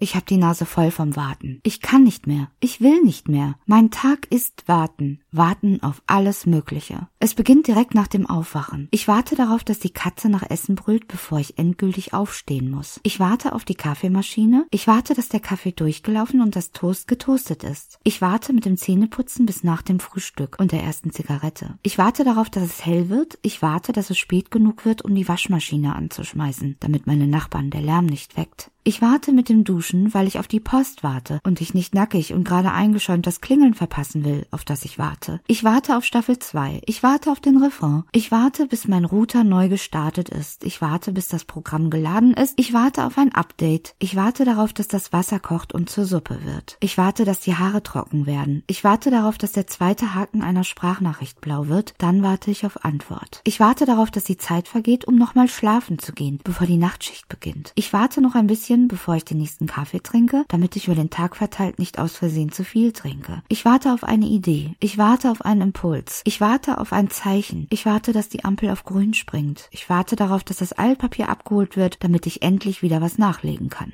Ich habe die Nase voll vom Warten. Ich kann nicht mehr. Ich will nicht mehr. Mein Tag ist Warten. Warten auf alles Mögliche. Es beginnt direkt nach dem Aufwachen. Ich warte darauf, dass die Katze nach Essen brüllt, bevor ich endgültig aufstehen muss. Ich warte auf die Kaffeemaschine. Ich warte, dass der Kaffee durchgelaufen und das Toast getoastet ist. Ich warte mit dem Zähneputzen bis nach dem Frühstück und der ersten Zigarette. Ich warte darauf, dass es hell wird. Ich warte, dass es spät genug wird, um die Waschmaschine anzuschmeißen, damit meine Nachbarn der Lärm nicht weckt. Ich warte mit dem Duschen, weil ich auf die Post warte und ich nicht nackig und gerade eingeschäumt das Klingeln verpassen will, auf das ich warte. Ich warte auf Staffel 2. Ich warte auf den Refrain. Ich warte, bis mein Router neu gestartet ist. Ich warte, bis das Programm geladen ist. Ich warte auf ein Update. Ich warte darauf, dass das Wasser kocht und zur Suppe wird. Ich warte, dass die Haare trocken werden. Ich warte darauf, dass der zweite Haken einer Sprachnachricht blau wird. Dann warte ich auf Antwort. Ich warte darauf, dass die Zeit vergeht, um nochmal schlafen zu gehen, bevor die Nachtschicht beginnt. Ich warte noch ein bisschen, bevor ich den nächsten Kaffee trinke, damit ich über den Tag verteilt nicht aus Versehen zu viel trinke. Ich warte auf eine Idee. Ich warte auf einen Impuls. Ich warte auf ein Zeichen. Ich warte, dass die Ampel auf grün springt. Ich warte darauf, dass das Altpapier abgeholt wird, damit ich endlich wieder was nachlegen kann.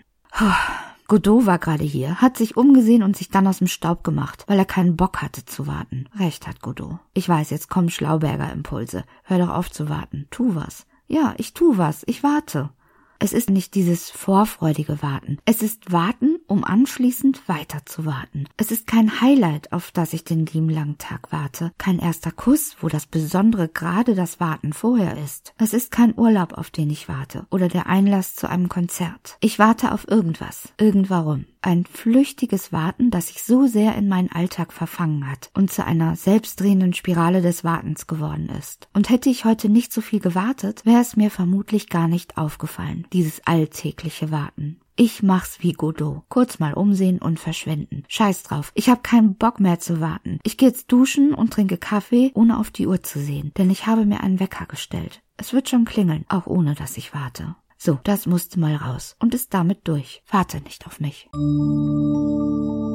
Godot war gerade hier, hat sich umgesehen und sich dann aus dem Staub gemacht, weil er keinen Bock hatte zu warten. Recht hat Godot. Ich weiß, jetzt kommen Schlauberger-Impulse. Hör doch auf zu warten. Tu was. Ja, ich tu was. Ich warte. Es ist nicht dieses vorfreudige Warten. Es ist Warten, um anschließend weiter zu warten. Es ist kein Highlight, auf das ich den lieben langen Tag warte. Kein erster Kuss, wo das Besondere gerade das Warten vorher ist. Es ist kein Urlaub, auf den ich warte. Oder der Einlass zu einem Konzert. Ich warte auf irgendwas. Irgendwarum. Ein flüchtiges Warten, das sich so sehr in meinen Alltag verfangen hat und zu einer selbstdrehenden Spirale des Wartens geworden ist. Und hätte ich heute nicht so viel gewartet, wäre es mir vermutlich gar nicht aufgefallen, dieses alltägliche Warten. Ich mach's wie Godot. Kurz mal umsehen und verschwinden. Scheiß drauf. Ich hab keinen Bock mehr zu warten. Ich gehe jetzt duschen und trinke Kaffee, ohne auf die Uhr zu sehen. Denn ich habe mir einen Wecker gestellt. Es wird schon klingeln, auch ohne dass ich warte. So, das musste mal raus und ist damit durch. Warte nicht auf mich.